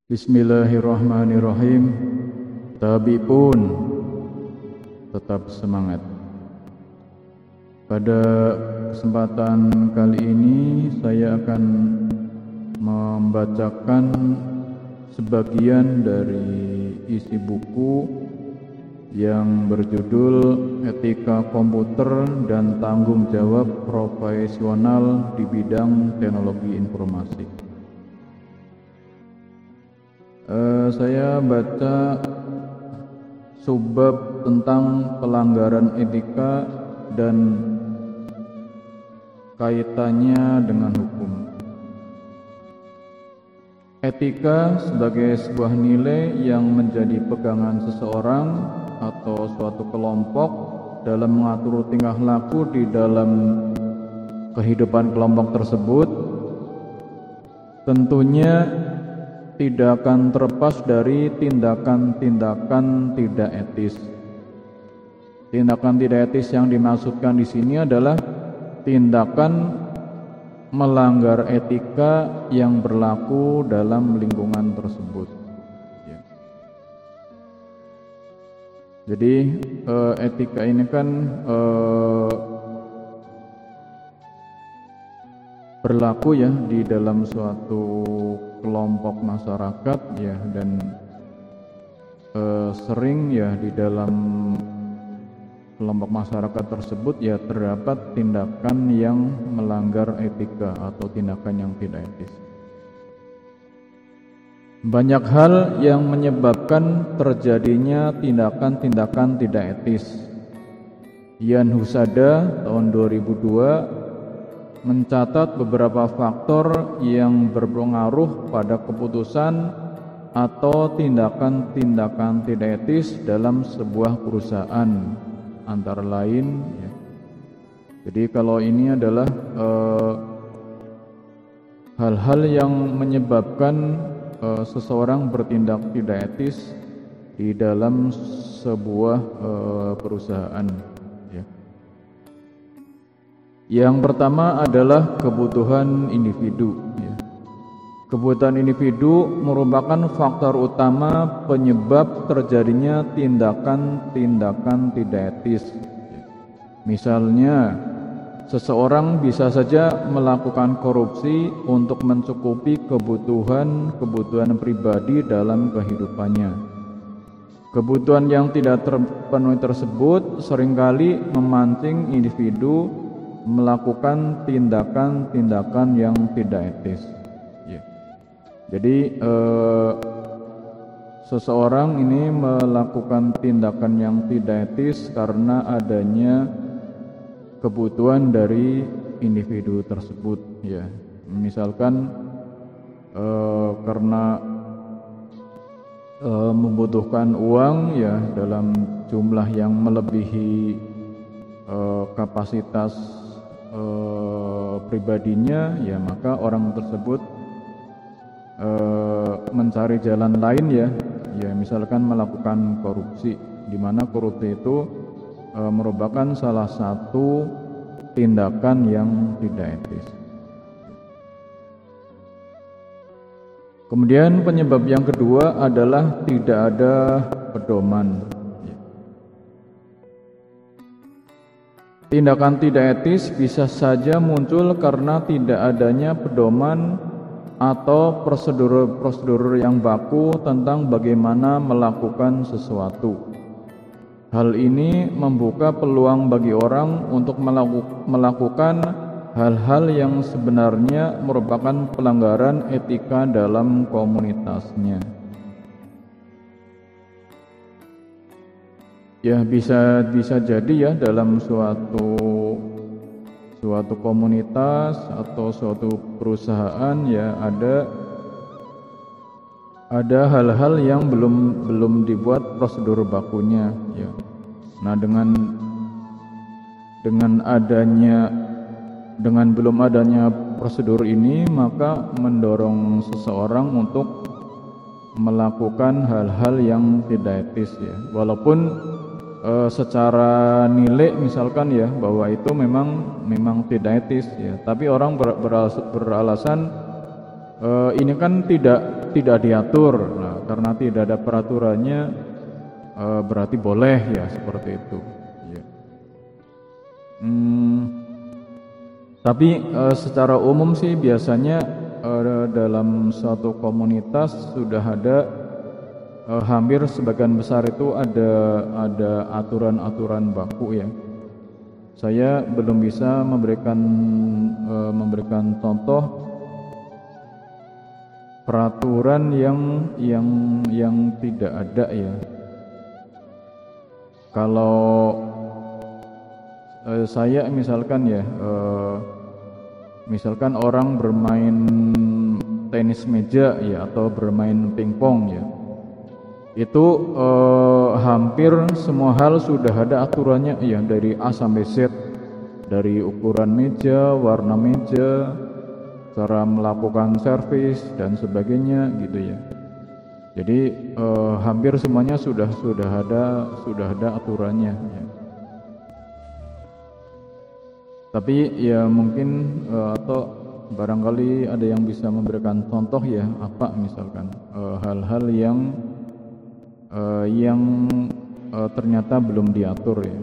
Bismillahirrahmanirrahim. Tapi pun tetap semangat. Pada kesempatan kali ini saya akan membacakan sebagian dari isi buku yang berjudul Etika Komputer dan Tanggung Jawab Profesional di Bidang Teknologi Informasi. Saya baca subbab tentang pelanggaran etika dan kaitannya dengan hukum. Etika sebagai sebuah nilai yang menjadi pegangan seseorang atau suatu kelompok dalam mengatur tingkah laku di dalam kehidupan kelompok tersebut tentunya tidak akan terlepas dari tindakan-tindakan tidak etis. Tindakan tidak etis yang dimaksudkan di sini adalah tindakan melanggar etika yang berlaku dalam lingkungan tersebut. Jadi etika ini kan berlaku ya di dalam suatu kelompok masyarakat ya, dan sering ya di dalam kelompok masyarakat tersebut ya terdapat tindakan yang melanggar etika atau tindakan yang tidak etis. Banyak hal yang menyebabkan terjadinya tindakan-tindakan tidak etis. Ian Husada tahun 2002 mencatat beberapa faktor yang berpengaruh pada keputusan atau tindakan-tindakan tidak etis dalam sebuah perusahaan, antara lain ya. Jadi kalau ini adalah hal-hal yang menyebabkan seseorang bertindak tidak etis di dalam sebuah perusahaan. Yang pertama adalah kebutuhan individu. Kebutuhan individu merupakan faktor utama penyebab terjadinya tindakan-tindakan tidak etis. Misalnya, seseorang bisa saja melakukan korupsi untuk mencukupi kebutuhan pribadi dalam kehidupannya. Kebutuhan yang tidak terpenuhi tersebut seringkali memancing individu melakukan tindakan-tindakan yang tidak etis. Jadi seseorang ini melakukan tindakan yang tidak etis karena adanya kebutuhan dari individu tersebut. Ya, misalkan karena membutuhkan uang ya dalam jumlah yang melebihi kapasitas pribadinya, ya maka orang tersebut mencari jalan lain ya misalkan melakukan korupsi, di mana korupsi itu merupakan salah satu tindakan yang tidak etis. Kemudian penyebab yang kedua adalah tidak ada pedoman. Tindakan tidak etis bisa saja muncul karena tidak adanya pedoman atau prosedur yang baku tentang bagaimana melakukan sesuatu. Hal ini membuka peluang bagi orang untuk melakukan hal-hal yang sebenarnya merupakan pelanggaran etika dalam komunitasnya. Ya bisa jadi ya dalam suatu komunitas atau suatu perusahaan ya ada hal-hal yang belum dibuat prosedur bakunya ya. Nah dengan belum adanya prosedur ini, maka mendorong seseorang untuk melakukan hal-hal yang tidak etis ya, walaupun secara nilai misalkan ya bahwa itu memang tidak etis ya, tapi orang beralasan ini kan tidak tidak diatur. Nah, karena tidak ada peraturannya berarti boleh ya, seperti itu ya. Tapi secara umum sih biasanya dalam suatu komunitas sudah ada hampir sebagian besar itu ada aturan-aturan baku ya. Saya belum bisa memberikan contoh peraturan yang tidak ada ya. Kalau saya misalkan ya, misalkan orang bermain tenis meja ya atau bermain pingpong ya, itu hampir semua hal sudah ada aturannya ya, dari A sampai Z, dari ukuran meja, warna meja, cara melakukan servis dan sebagainya gitu ya. Jadi hampir semuanya sudah ada aturannya ya. Tapi ya mungkin atau barangkali ada yang bisa memberikan contoh ya, apa misalkan hal-hal yang ternyata belum diatur ya.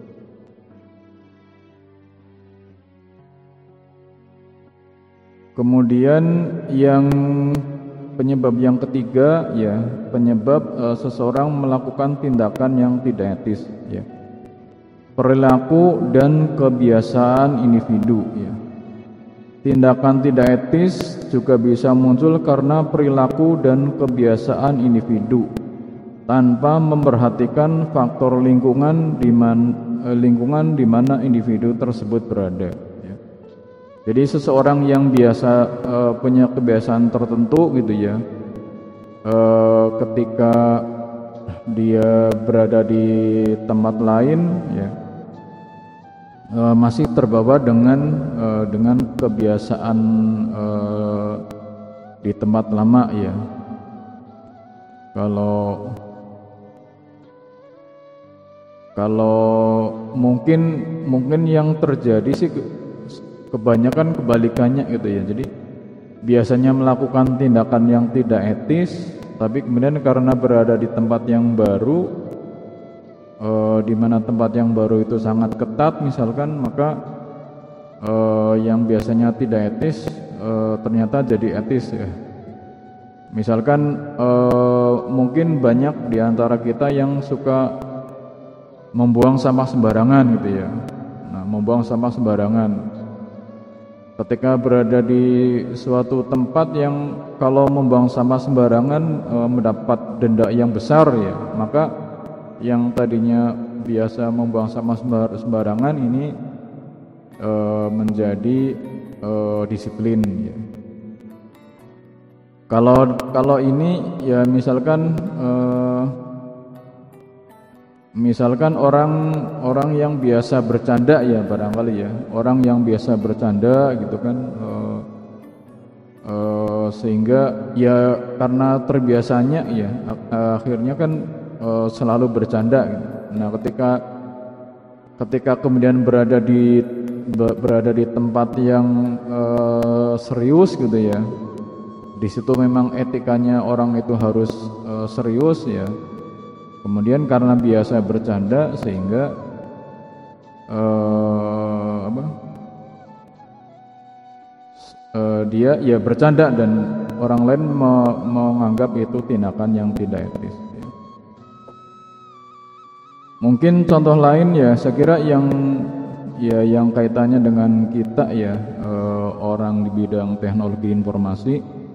Kemudian yang penyebab yang ketiga ya, penyebab seseorang melakukan tindakan yang tidak etis ya. Perilaku dan kebiasaan individu ya. Tindakan tidak etis juga bisa muncul karena perilaku dan kebiasaan individu tanpa memperhatikan faktor lingkungan di mana individu tersebut berada ya. Jadi seseorang yang biasa punya kebiasaan tertentu gitu ya, ketika dia berada di tempat lain ya, masih terbawa dengan kebiasaan di tempat lama ya. Kalau mungkin yang terjadi sih kebanyakan kebalikannya gitu ya. Jadi biasanya melakukan tindakan yang tidak etis, tapi kemudian karena berada di tempat yang baru, di mana tempat yang baru itu sangat ketat misalkan, maka yang biasanya tidak etis ternyata jadi etis ya. Misalkan mungkin banyak di antara kita yang suka membuang sampah sembarangan gitu ya. Nah, membuang sampah sembarangan. Ketika berada di suatu tempat yang kalau membuang sampah sembarangan mendapat denda yang besar ya, maka yang tadinya biasa membuang sampah sembarangan ini menjadi disiplin ya. Kalau ini ya misalkan orang yang biasa bercanda ya, barangkali ya, orang yang biasa bercanda gitu kan, sehingga ya karena terbiasanya ya akhirnya kan selalu bercanda gitu. Nah, ketika kemudian berada di tempat yang serius gitu ya, di situ memang etikanya orang itu harus serius ya. Kemudian karena biasa bercanda sehingga dia ya bercanda dan orang lain menganggap itu tindakan yang tidak etis ya. Mungkin contoh lain ya, saya kira yang kaitannya dengan kita ya, orang di bidang teknologi informasi,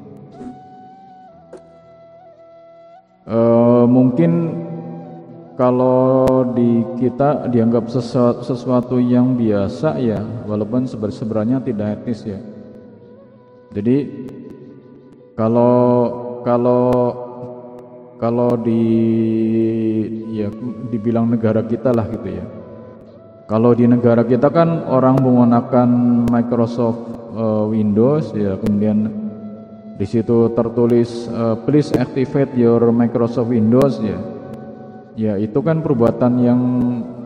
mungkin kalau di kita dianggap sesuatu yang biasa ya, walaupun sebenarnya tidak etis ya. Jadi kalau dibilang negara kita lah gitu ya. Kalau di negara kita kan orang menggunakan Microsoft Windows ya, kemudian di situ tertulis please activate your Microsoft Windows ya. Ya itu kan perbuatan yang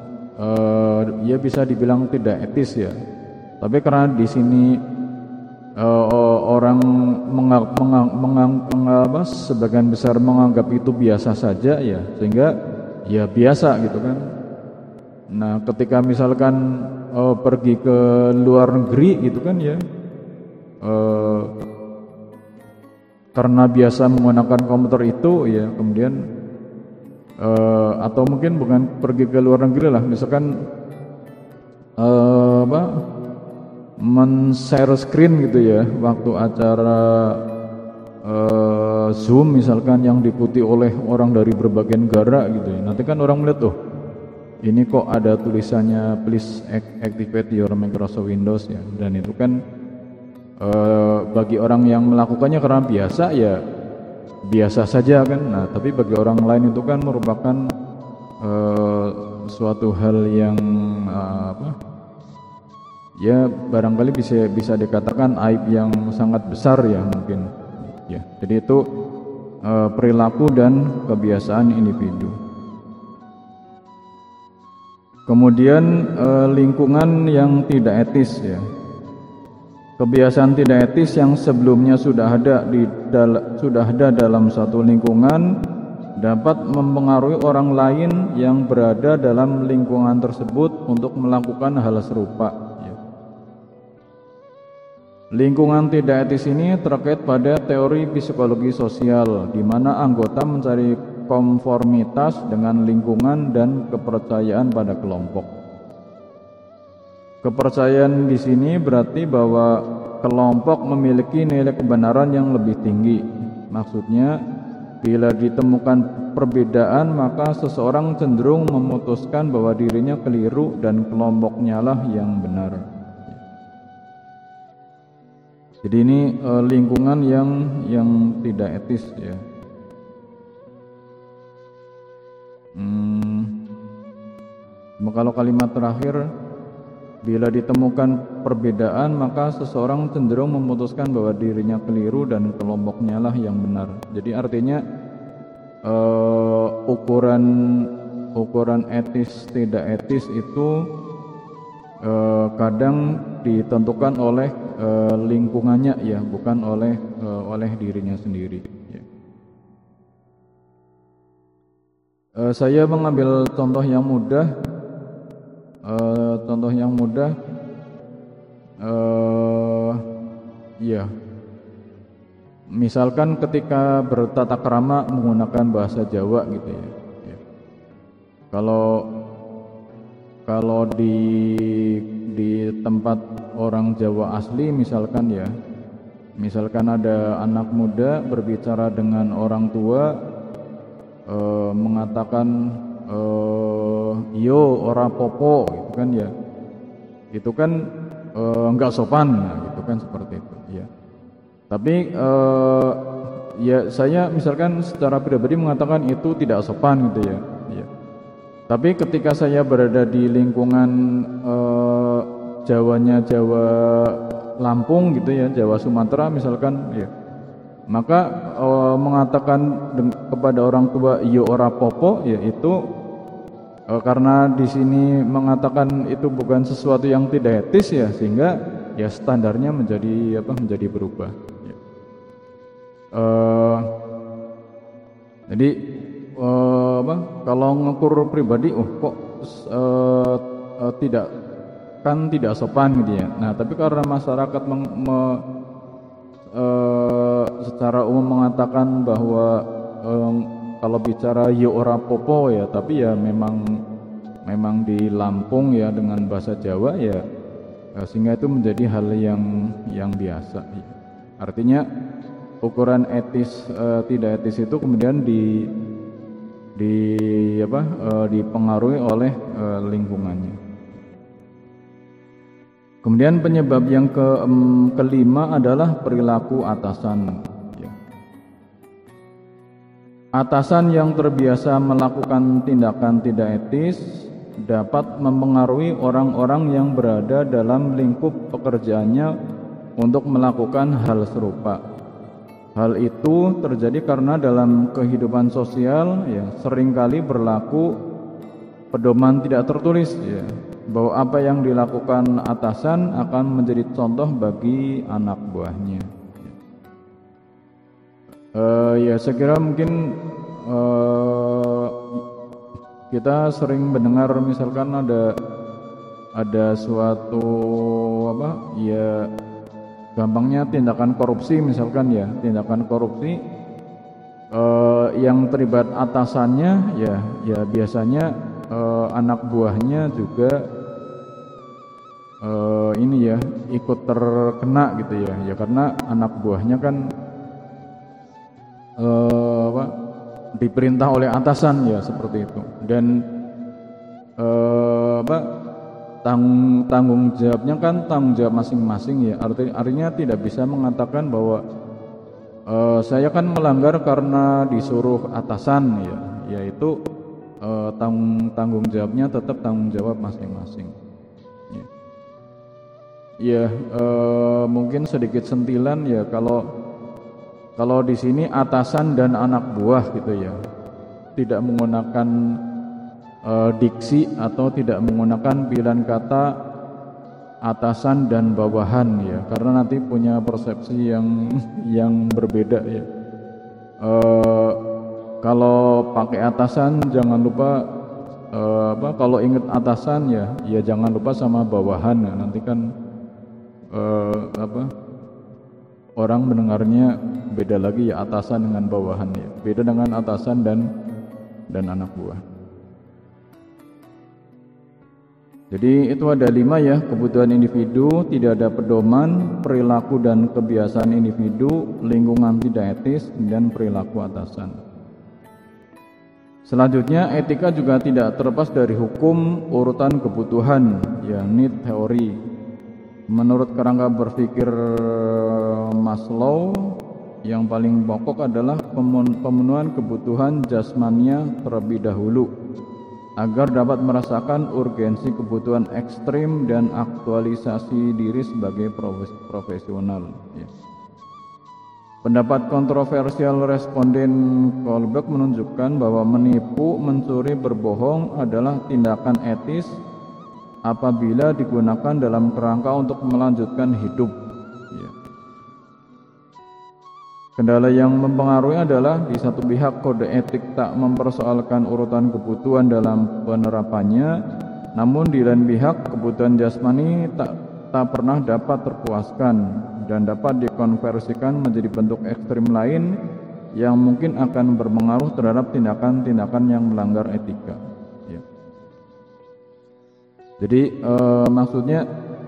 ya bisa dibilang tidak etis ya. Tapi karena di sini orang sebagian besar menganggap itu biasa saja ya, sehingga ya biasa gitu kan. Nah, ketika misalkan pergi ke luar negeri gitu kan ya, karena biasa menggunakan komputer itu ya, kemudian atau mungkin bukan pergi ke luar negeri lah, misalkan men-share screen gitu ya waktu acara Zoom misalkan yang diikuti oleh orang dari berbagai negara gitu ya. Nanti kan orang melihat, ini kok ada tulisannya please activate your Microsoft Windows ya, dan itu kan bagi orang yang melakukannya karena biasa ya biasa saja kan. Nah, tapi bagi orang lain itu kan merupakan suatu hal yang ya barangkali bisa dikatakan aib yang sangat besar ya mungkin ya. Jadi itu perilaku dan kebiasaan individu. Kemudian lingkungan yang tidak etis ya. Kebiasaan tidak etis yang sebelumnya sudah ada dalam satu lingkungan dapat mempengaruhi orang lain yang berada dalam lingkungan tersebut untuk melakukan hal serupa. Lingkungan tidak etis ini terkait pada teori psikologi sosial, di mana anggota mencari konformitas dengan lingkungan dan kepercayaan pada kelompok. Kepercayaan di sini berarti bahwa kelompok memiliki nilai kebenaran yang lebih tinggi. Maksudnya, bila ditemukan perbedaan, maka seseorang cenderung memutuskan bahwa dirinya keliru dan kelompoknya lah yang benar. Jadi ini lingkungan yang tidak etis ya. Kalau kalimat terakhir, bila ditemukan perbedaan maka seseorang cenderung memutuskan bahwa dirinya keliru dan kelompoknya lah yang benar. Jadi artinya ukuran etis tidak etis itu kadang ditentukan oleh lingkungannya ya, bukan oleh dirinya sendiri ya. Saya mengambil contoh yang mudah. Ya, misalkan ketika bertata krama menggunakan bahasa Jawa gitu ya. Kalau di tempat orang Jawa asli misalkan ya, misalkan ada anak muda berbicara dengan orang tua, mengatakan yo ora popo gitu kan ya, itu kan enggak sopan, nah, gitu kan seperti itu ya. Tapi ya saya misalkan secara pribadi mengatakan itu tidak sopan gitu ya. Tapi ketika saya berada di lingkungan Jawanya Jawa Lampung gitu ya, Jawa Sumatera misalkan ya, maka mengatakan kepada orang tua iyo ora popo ya, itu karena di sini mengatakan itu bukan sesuatu yang tidak etis ya, sehingga ya standarnya menjadi berubah ya. Jadi kalau ngukur pribadi kok tidak sopan gitu ya. Nah, tapi karena masyarakat secara umum mengatakan bahwa kalau bicara yo ora popo ya, tapi ya memang di Lampung ya dengan bahasa Jawa ya, sehingga itu menjadi hal yang biasa ya. Artinya ukuran etis tidak etis itu kemudian dipengaruhi oleh lingkungannya. Kemudian penyebab yang kelima adalah perilaku atasan. Atasan yang terbiasa melakukan tindakan tidak etis dapat mempengaruhi orang-orang yang berada dalam lingkup pekerjaannya untuk melakukan hal serupa. Hal itu terjadi karena dalam kehidupan sosial ya seringkali berlaku pedoman tidak tertulis ya, bahwa apa yang dilakukan atasan akan menjadi contoh bagi anak buahnya. Ya saya kira mungkin kita sering mendengar misalkan ada suatu apa ya, gampangnya tindakan korupsi misalkan ya, tindakan korupsi yang terlibat atasannya ya biasanya anak buahnya juga ini ya ikut terkena gitu ya karena anak buahnya kan apa, diperintah oleh atasan ya seperti itu, dan apa, tanggung jawabnya kan tanggung jawab masing-masing ya, artinya tidak bisa mengatakan bahwa saya kan melanggar karena disuruh atasan ya, yaitu tanggung jawabnya tetap tanggung jawab masing-masing. Ya, mungkin sedikit sentilan ya, kalau di sini atasan dan anak buah gitu ya, tidak menggunakan diksi atau tidak menggunakan pilihan kata atasan dan bawahan ya, karena nanti punya persepsi yang berbeda ya. Kalau pakai atasan jangan lupa kalau ingat atasan ya jangan lupa sama bawahan ya, nanti kan orang mendengarnya beda lagi ya, atasan dengan bawahan ya, beda dengan atasan dan anak buah. Jadi itu ada 5 ya, kebutuhan individu, tidak ada pedoman, perilaku dan kebiasaan individu, lingkungan tidak etis, dan perilaku atasan. Selanjutnya, etika juga tidak terlepas dari hukum urutan kebutuhan, ya need theory. Menurut kerangka berpikir Maslow, yang paling pokok adalah pemenuhan kebutuhan jasmania terlebih dahulu, agar dapat merasakan urgensi kebutuhan ekstrim dan aktualisasi diri sebagai profesional. Ya. Pendapat kontroversial responden Kohlberg menunjukkan bahwa menipu, mencuri, berbohong adalah tindakan etis apabila digunakan dalam kerangka untuk melanjutkan hidup. Ya. Kendala yang mempengaruhi adalah di satu pihak kode etik tak mempersoalkan urutan kebutuhan dalam penerapannya, namun di lain pihak kebutuhan jasmani tak pernah dapat terpuaskan dan dapat dikonversikan menjadi bentuk ekstrim lain yang mungkin akan berpengaruh terhadap tindakan-tindakan yang melanggar etika. Ya. Jadi maksudnya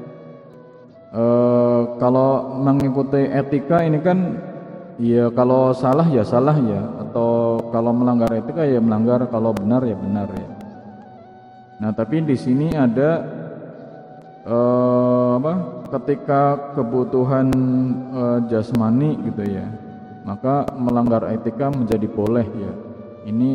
kalau mengikuti etika ini kan ya kalau salah ya, atau kalau melanggar etika ya melanggar, kalau benar ya benar ya. Nah, tapi di sini ada ketika kebutuhan jasmani gitu ya, maka melanggar etika menjadi boleh ya. Ini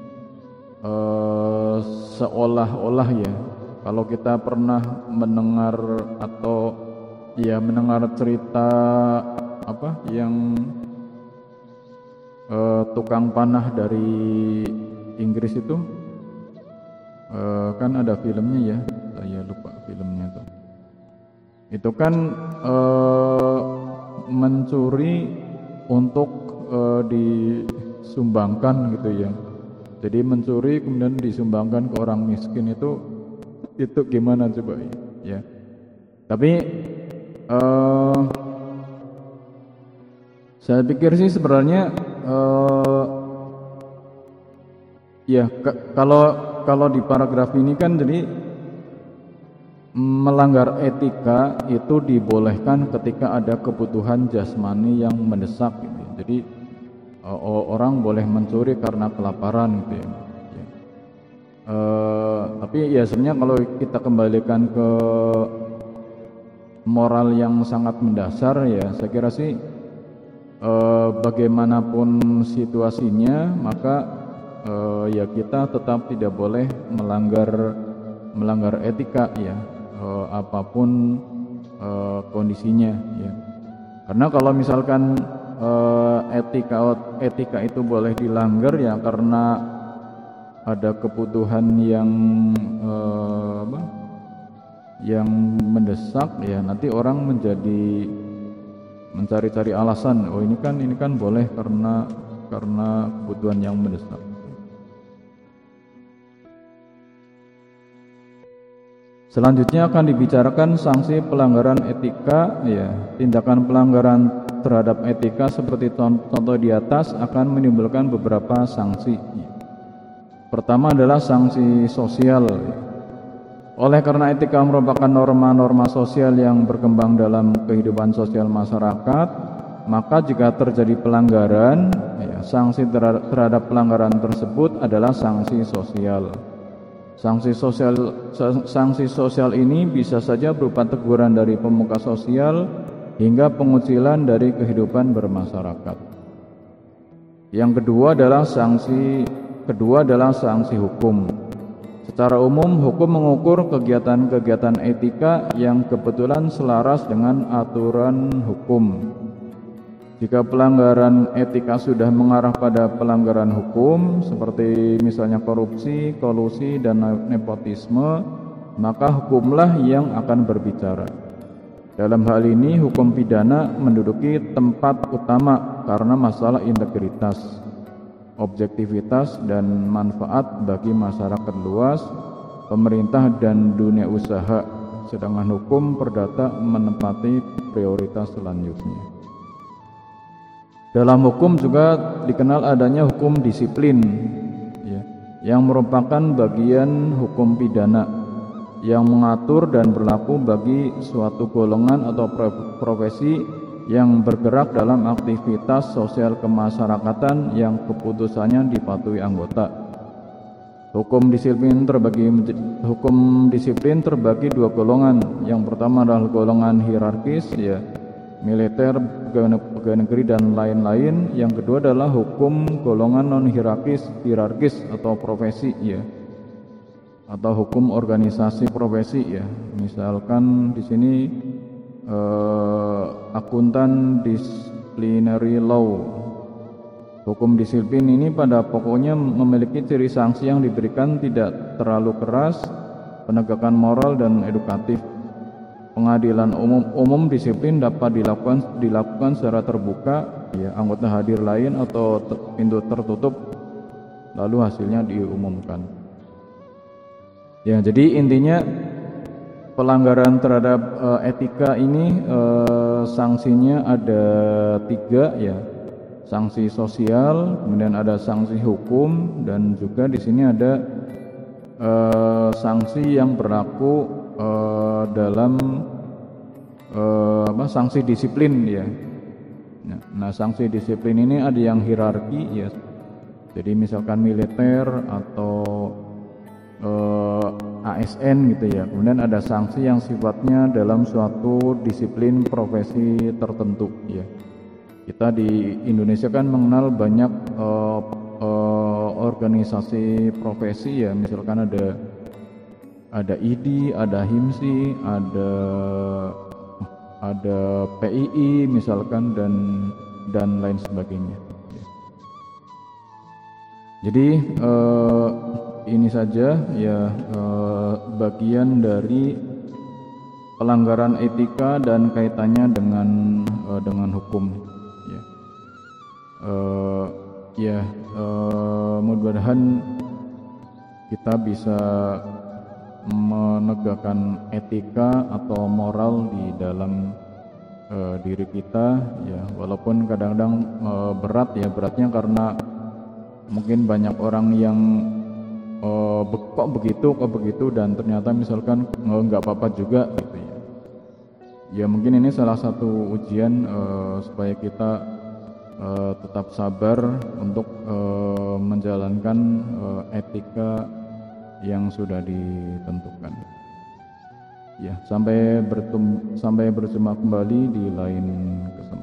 seolah-olah ya, kalau kita pernah mendengar atau ya mendengar cerita yang tukang panah dari Inggris itu, kan ada filmnya ya, saya lupa filmnya tuh. Itu kan mencuri untuk disumbangkan gitu ya. Jadi mencuri kemudian disumbangkan ke orang miskin, itu gimana coba ya. Tapi saya pikir sih sebenarnya ya kalau di paragraf ini kan jadi melanggar etika itu dibolehkan ketika ada kebutuhan jasmani yang mendesak gitu. Jadi orang boleh mencuri karena kelaparan gitu ya. Tapi ya sebenarnya kalau kita kembalikan ke moral yang sangat mendasar ya, saya kira sih bagaimanapun situasinya maka ya kita tetap tidak boleh melanggar etika ya, apapun kondisinya ya. Karena kalau misalkan etika itu boleh dilanggar ya karena ada kebutuhan yang yang mendesak ya, nanti orang menjadi mencari-cari alasan, oh ini kan boleh karena kebutuhan yang mendesak. Selanjutnya akan dibicarakan sanksi pelanggaran etika ya. Tindakan pelanggaran terhadap etika seperti contoh di atas akan menimbulkan beberapa sanksi. Pertama adalah sanksi sosial. Oleh karena etika merupakan norma-norma sosial yang berkembang dalam kehidupan sosial masyarakat, maka jika terjadi pelanggaran, ya, sanksi terhadap pelanggaran tersebut adalah sanksi sosial. Sanksi sosial ini bisa saja berupa teguran dari pemuka sosial hingga pengucilan dari kehidupan bermasyarakat. Yang kedua adalah sanksi hukum. Secara umum, hukum mengukur kegiatan-kegiatan etika yang kebetulan selaras dengan aturan hukum. Jika pelanggaran etika sudah mengarah pada pelanggaran hukum, seperti misalnya korupsi, kolusi, dan nepotisme, maka hukumlah yang akan berbicara. Dalam hal ini, hukum pidana menduduki tempat utama karena masalah integritas, objektivitas, dan manfaat bagi masyarakat luas, pemerintah, dan dunia usaha, sedangkan hukum perdata menempati prioritas selanjutnya. Dalam hukum juga dikenal adanya hukum disiplin ya, yang merupakan bagian hukum pidana yang mengatur dan berlaku bagi suatu golongan atau profesi yang bergerak dalam aktivitas sosial kemasyarakatan yang keputusannya dipatuhi anggota. Hukum disiplin terbagi dua golongan. Yang pertama adalah golongan hierarkis ya, militer, pegawai negeri, dan lain-lain. Yang kedua adalah hukum golongan non hierarkis atau profesi ya, atau hukum organisasi profesi ya. Misalkan di sini akuntan disciplinary law. Hukum disiplin ini pada pokoknya memiliki ciri sanksi yang diberikan tidak terlalu keras, penegakan moral dan edukatif. Pengadilan umum disiplin dapat dilakukan secara terbuka ya, anggota hadir lain atau pintu tertutup lalu hasilnya diumumkan. Ya, jadi intinya pelanggaran terhadap etika ini sanksinya ada 3 ya. Sanksi sosial, kemudian ada sanksi hukum, dan juga di sini ada sanksi yang berlaku dalam sanksi disiplin ya. Nah, sanksi disiplin ini ada yang hierarki ya. Jadi misalkan militer atau ASN gitu ya. Kemudian ada sanksi yang sifatnya dalam suatu disiplin profesi tertentu ya. Kita di Indonesia kan mengenal banyak organisasi profesi ya. Misalkan ada IDI, ada HIMSI, ada PII misalkan, dan lain sebagainya. Jadi ini saja ya bagian dari pelanggaran etika dan kaitannya dengan hukum ya. Mudah-mudahan kita bisa menegakkan etika atau moral di dalam diri kita ya, walaupun kadang-kadang beratnya karena mungkin banyak orang yang kok begitu dan ternyata misalkan nggak apa-apa juga gitu ya. Ya mungkin ini salah satu ujian supaya kita tetap sabar untuk menjalankan etika yang sudah ditentukan. Ya, sampai berjumpa kembali di lain kesempatan.